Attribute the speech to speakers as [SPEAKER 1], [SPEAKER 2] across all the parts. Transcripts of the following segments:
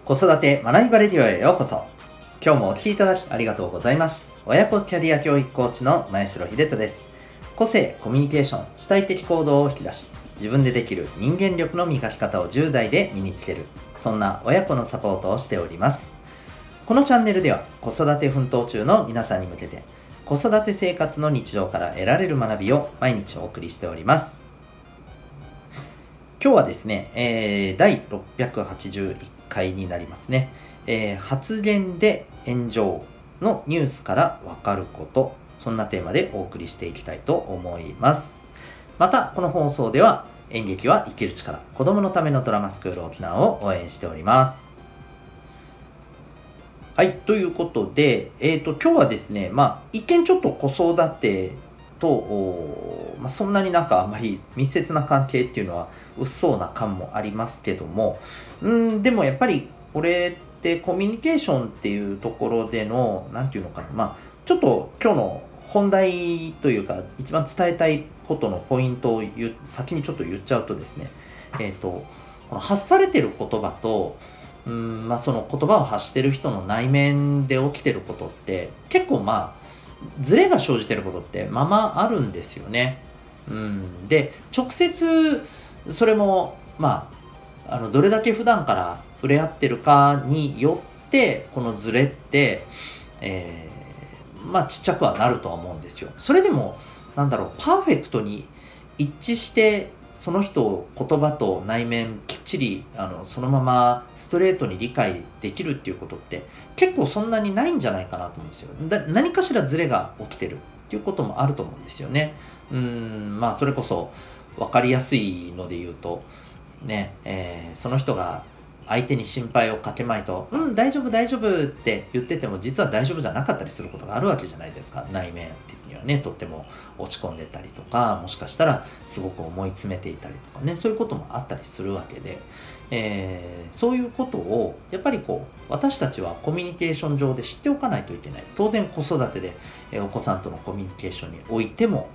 [SPEAKER 1] 子育て学びバレディオへようこそ。今日もお聞きいただきありがとうございます。親子キャリア教育コーチの前城秀人です。個性、コミュニケーション、主体的行動を引き出し、自分でできる人間力の磨き方を10代で身につける、そんな親子のサポートをしております。このチャンネルでは子育て奮闘中の皆さんに向けて、子育て生活の日常から得られる学びを毎日お送りしております。今日はですね、第681回になりますね。発言で炎上のニュースからわかること、そんなテーマでお送りしていきたいと思います。また、この放送では演劇は生きる力、子供のためのドラマスクール沖縄を応援しております。はい、ということで、今日はですね、一見ちょっと子育てと、そんなになんかあまり密接な関係っていうのは薄そうな感もありますけども、でもやっぱりこれってコミュニケーションっていうところでの、なんていうのかな、ちょっと今日の本題というか、一番伝えたいことのポイントを先にちょっと言っちゃうとですね、この発されてる言葉と、その言葉を発してる人の内面で起きてることって結構ズレが生じてることってあるんですよね。で、直接それもどれだけ普段から触れ合ってるかによってこのズレって、ちっちゃくはなるとは思うんですよ。それでもパーフェクトに一致してその人を言葉と内面きっちりそのままストレートに理解できるっていうことって結構そんなにないんじゃないかなと思うんですよ。何かしらズレが起きてるっていうこともあると思うんですよね。それこそ分かりやすいので言うとね、その人が相手に心配をかけまいと大丈夫大丈夫って言ってても実は大丈夫じゃなかったりすることがあるわけじゃないですか。内面的にはね、とっても落ち込んでたりとか、もしかしたらすごく思い詰めていたりとかね、そういうこともあったりするわけで、そういうことをやっぱり私たちはコミュニケーション上で知っておかないといけない。当然子育てで、お子さんとのコミュニケーションにおいても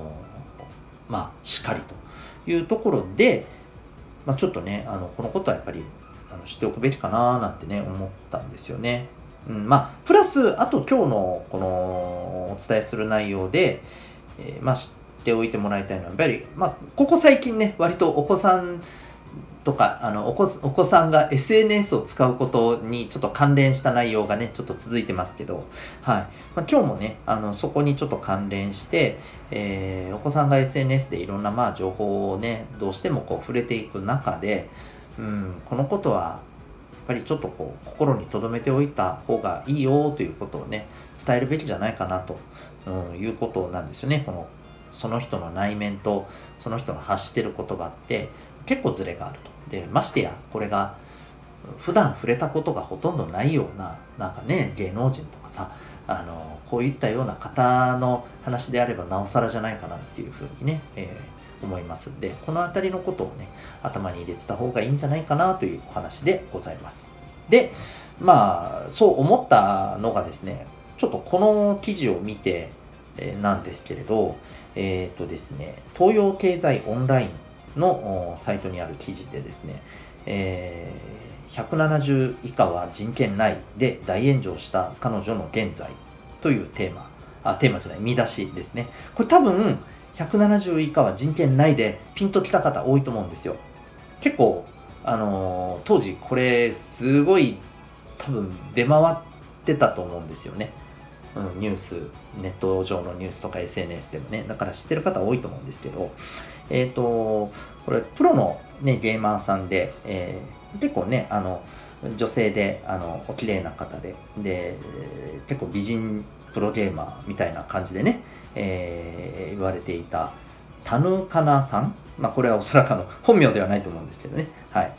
[SPEAKER 1] しっかりというところで、ちょっとねこのことはやっぱり知っておくべきかななんてね思ったんですよね。プラスあと今日のこのお伝えする内容で、知っておいてもらいたいのはやっぱりここ最近ね割とお子さんとかお子さんが SNS を使うことにちょっと関連した内容がねちょっと続いてますけど、今日もねそこにちょっと関連して、お子さんが SNS でいろんな情報をねどうしても触れていく中で、このことはやっぱりちょっと心に留めておいた方がいいよということをね伝えるべきじゃないかなと、いうことなんですよね。その人の内面とその人の発している言葉って結構ズレがあると。で、ましてやこれが普段触れたことがほとんどないような芸能人とかさ、こういったような方の話であればなおさらじゃないかなっていうふうにね、思いますんで、このあたりのことをね頭に入れてた方がいいんじゃないかなというお話でございます。で、そう思ったのがですね、ちょっとこの記事を見て、なんですけれど、ですね、東洋経済オンラインのサイトにある記事でですね、170以下は人権ないで大炎上した彼女の現在という見出しですね。これ多分170以下は人権ないでピンときた方多いと思うんですよ。結構当時これすごい多分出回ってたと思うんですよね。ニュース、ネット上のニュースとか SNS でもね、だから知ってる方多いと思うんですけど、これプロのねゲーマーさんで、結構ね女性でお綺麗な方で結構美人プロゲーマーみたいな感じでね、言われていたタヌカナさん、これはおそらく本名ではないと思うんですけどね、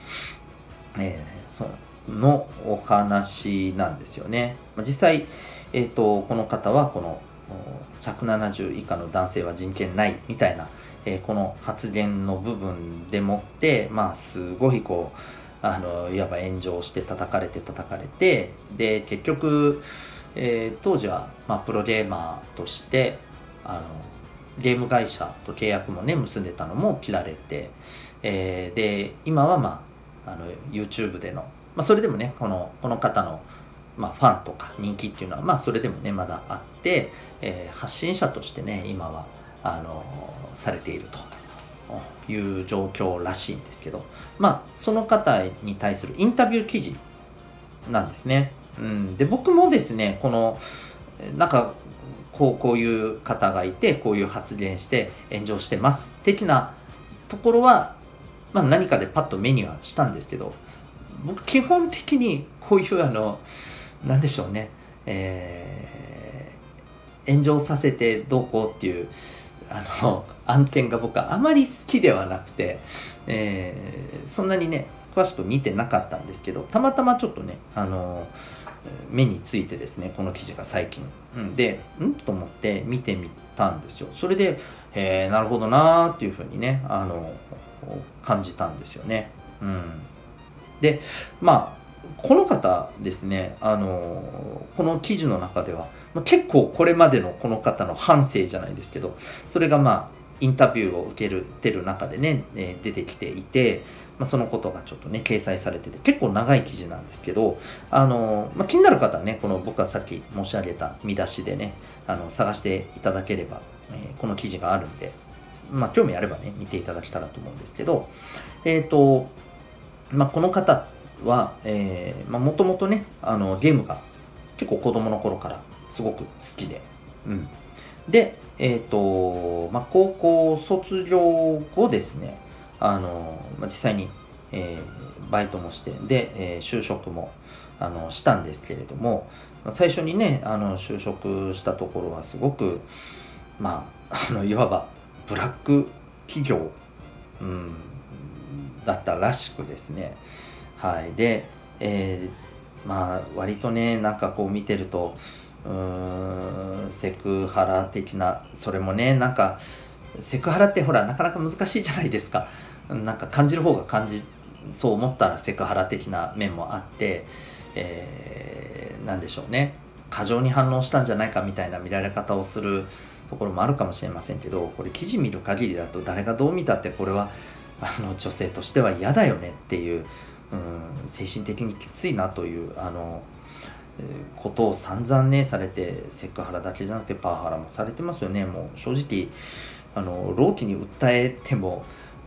[SPEAKER 1] そのお話なんですよね。実際、この方はこの170以下の男性は人権ないみたいな、この発言の部分でもってすごいいわば炎上して叩かれて、で結局、当時はプロゲーマーとしてゲーム会社と契約もね結んでたのも切られて、で今はYouTube でのそれでもね、この方の、ファンとか人気っていうのは、それでもね、まだあって、発信者としてね、今は、されているという状況らしいんですけど、その方に対するインタビュー記事なんですね。で、僕もですね、なんか、こういう方がいて、こういう発言して炎上してます、的なところは、何かでパッと目にはしたんですけど、僕基本的にこういうなんでしょうね、炎上させてどうこうっていう案件が僕はあまり好きではなくて、そんなにね詳しく見てなかったんですけど、たまたまちょっとね目についてですね、この記事が最近、でと思って見てみたんですよ。それでなるほどなーっていうふうにね感じたんですよね。でこの方ですね、この記事の中では、結構これまでのこの方の反省じゃないですけど、それがインタビューを受けてる中でね、出てきていて、そのことがちょっとね掲載されてて、結構長い記事なんですけど、気になる方はね、この僕がさっき申し上げた見出しでね探していただければ、この記事があるんで、興味あればね見ていただけたらと思うんですけど、この方はもともとねゲームが結構子供の頃からすごく好きで、で高校卒業後ですね実際に、バイトもしてで、就職もしたんですけれども、最初にね就職したところはすごくいわばブラック企業、だったらしくですね、で、割とねなんかこう見てるとセクハラ的な、それもねなんかセクハラってほらなかなか難しいじゃないですか。なんか感じる方がそう思ったらセクハラ的な面もあって、なんでしょうね、過剰に反応したんじゃないかみたいな見られ方をするところもあるかもしれませんけど、これ記事見る限りだと誰がどう見たってこれは女性としては嫌だよねっていう、精神的にきついなということを散々ねされて、セクハラだけじゃなくてパワハラもされてますよね。もう正直労基に訴えても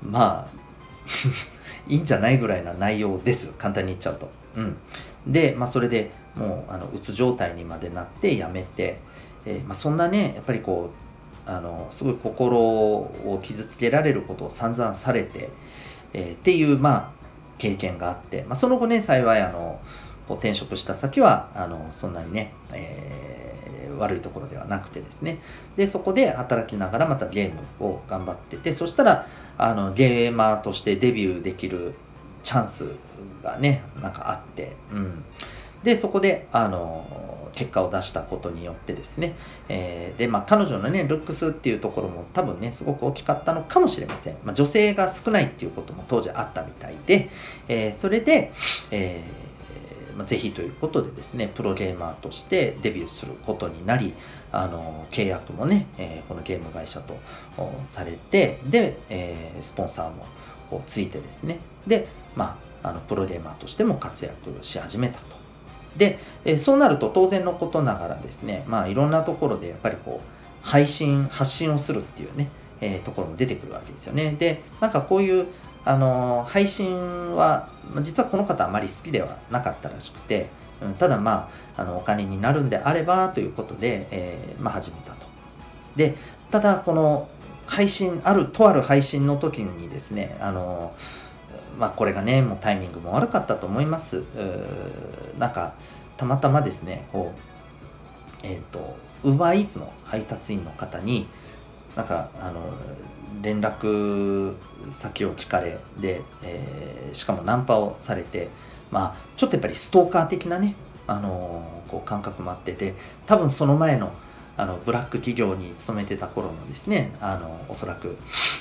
[SPEAKER 1] いいんじゃないぐらいな内容です、簡単に言っちゃうと。で、それでもううつ状態にまでなって辞めて、そんなねやっぱりこうすごい心を傷つけられることを散々されて、っていう経験があって、その後ね幸い転職した先はそんなにね、悪いところではなくてですね、でそこで働きながらまたゲームを頑張ってて、そしたらゲーマーとしてデビューできるチャンスがねなんかあって、でそこで結果を出したことによってですね、で彼女のねルックスっていうところも多分ねすごく大きかったのかもしれません。女性が少ないっていうことも当時あったみたいで、それで、ぜひということでですねプロゲーマーとしてデビューすることになり、契約もね、このゲーム会社とされて、で、スポンサーもついてですね、でプロゲーマーとしても活躍し始めたと。で、そうなると当然のことながらですね、いろんなところでやっぱりこう発信をするっていうね、ところも出てくるわけですよね。で、なんかこういう配信は実はこの方あまり好きではなかったらしくて、ただお金になるんであればということで、始めたと。で、ただこのとある配信の時にですね、これがねもうタイミングも悪かったと思います。なんかたまたまですねUber Eats の配達員の方になんか連絡先を聞かれで、しかもナンパをされて、ちょっとやっぱりストーカー的なねこう感覚もあってて、多分その前のブラック企業に勤めてた頃のですねおそらく、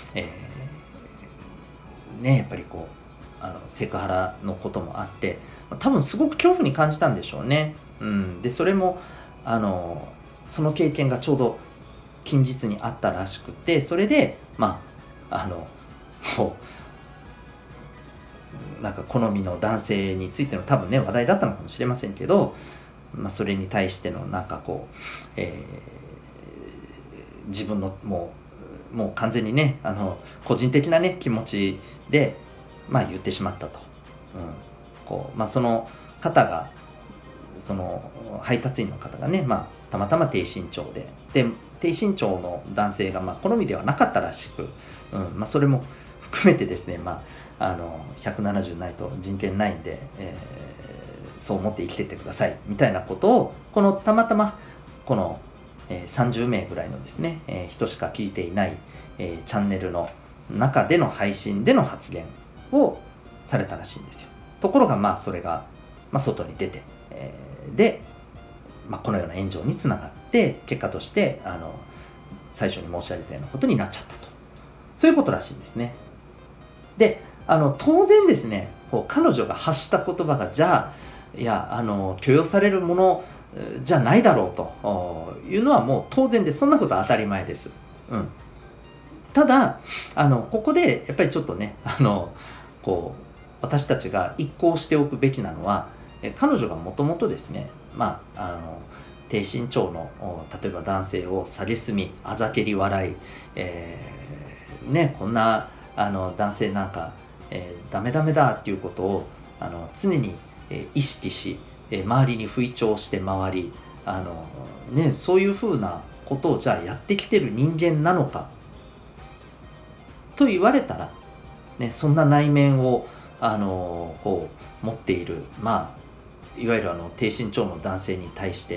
[SPEAKER 1] やっぱりこうセクハラのこともあって、多分すごく恐怖に感じたんでしょうね。でそれもその経験がちょうど近日にあったらしくて、それでもうなんか好みの男性についての多分ね話題だったのかもしれませんけど、それに対してのなんかこう、自分のもう完全にね個人的なね気持ちで言ってしまったと、その方がその配達員の方がね、たまたま低身長で低身長の男性が好みではなかったらしく、それも含めてですね、170ないと人権ないんで、そう思って生きてってくださいみたいなことをたまたまこの、30名ぐらいのですね、人しか聞いていない、チャンネルの中での配信での発言をされたらしいんですよ。ところがそれが、外に出て、で、このような炎上につながって結果として最初に申し上げたようなことになっちゃったと、そういうことらしいんですね。で当然ですね、彼女が発した言葉がじゃあ許容されるものじゃないだろうというのはもう当然で、そんなことは当たり前です。ただここでやっぱりちょっとね私たちが一考しておくべきなのは、彼女がもともとですね、低身長の例えば男性を蔑みあざけり笑い、こんな男性なんか、ダメダメだっていうことを常に意識し、周りに吹聴して回りそういうふうなことをじゃあやってきてる人間なのかと言われたら、そんな内面を持っている、いわゆる低身長の男性に対して、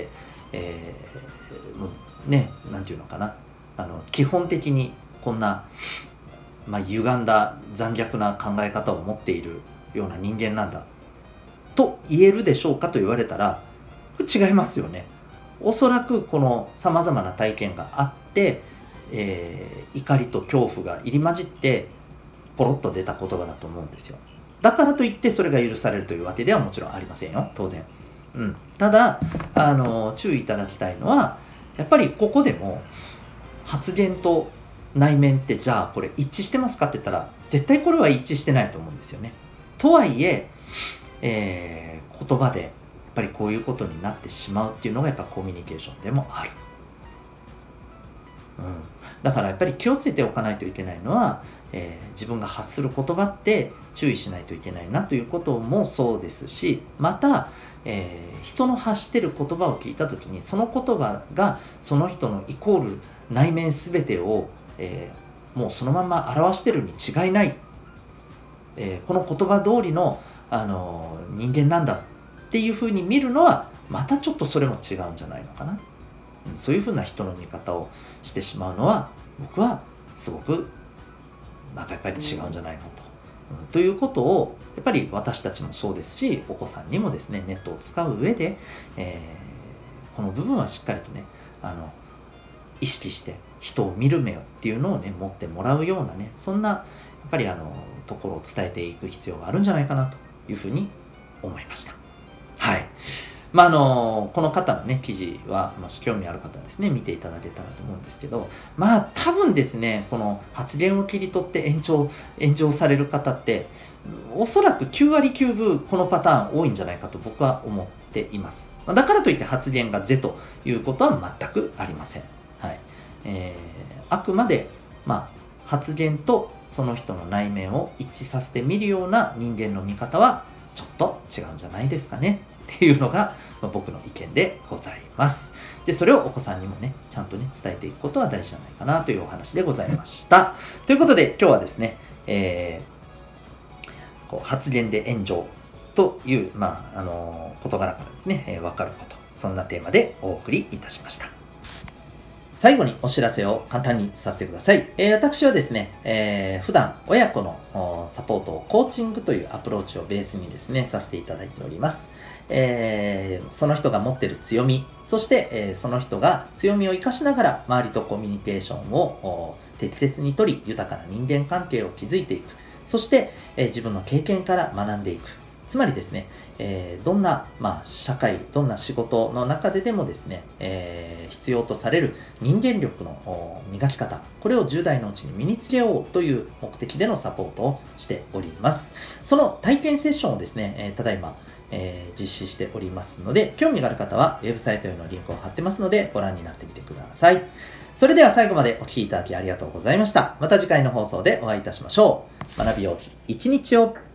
[SPEAKER 1] なんていうのかな、基本的にこんな、歪んだ残虐な考え方を持っているような人間なんだと言えるでしょうかと言われたら違いますよね。おそらくこのさまざまな体験があって、怒りと恐怖が入り混じってポロッと出た言葉だと思うんですよ。だからといってそれが許されるというわけではもちろんありませんよ、当然。ただ注意いただきたいのは、やっぱりここでも発言と内面ってじゃあこれ一致してますかって言ったら絶対これは一致してないと思うんですよね。とはいえ言葉でやっぱりこういうことになってしまうっていうのがやっぱコミュニケーションでもある。だからやっぱり気をつけておかないといけないのは、自分が発する言葉って注意しないといけないなということもそうですし、また、人の発している言葉を聞いたときにその言葉がその人のイコール内面すべてを、もうそのまま表しているに違いない、この言葉通りの、人間なんだっていうふうに見るのはまたちょっとそれも違うんじゃないのかな。そういうふうな人の見方をしてしまうのは僕はすごくなんかやっぱり違うんじゃないのということをやっぱり私たちもそうですし、お子さんにもですね、ネットを使う上で、この部分はしっかりとね意識して人を見る目っていうのをね持ってもらうようなね、そんなやっぱりところを伝えていく必要があるんじゃないかなというふうに思いました。はい。この方のね記事は、もし興味ある方はですね見ていただけたらと思うんですけど、多分ですねこの発言を切り取って炎上される方っておそらく9割9分このパターン多いんじゃないかと僕は思っています。だからといって発言が是ということは全くありません。はい。あくまで発言とその人の内面を一致させてみるような人間の見方はちょっと違うんじゃないですかねっていうのが僕の意見でございます。で、それをお子さんにもね、ちゃんとね、伝えていくことは大事じゃないかなというお話でございました。ということで、今日はですね、発言で炎上という、事柄からですね、わかること、そんなテーマでお送りいたしました。最後にお知らせを簡単にさせてください。私はですね、普段親子のサポートをコーチングというアプローチをベースにですね、させていただいております。その人が持っている強み、そして、その人が強みを生かしながら周りとコミュニケーションを適切にとり、豊かな人間関係を築いていく。そして、自分の経験から学んでいく。 つまりですね、どんな、社会、どんな仕事の中ででもですね、必要とされる人間力の磨き方、これを10代のうちに身につけようという目的でのサポートをしております。その体験セッションをですね、ただいま、実施しておりますので、興味がある方はウェブサイトへのリンクを貼ってますので、ご覧になってみてください。それでは最後までお聞きいただきありがとうございました。また次回の放送でお会いいたしましょう。学びようき一日を。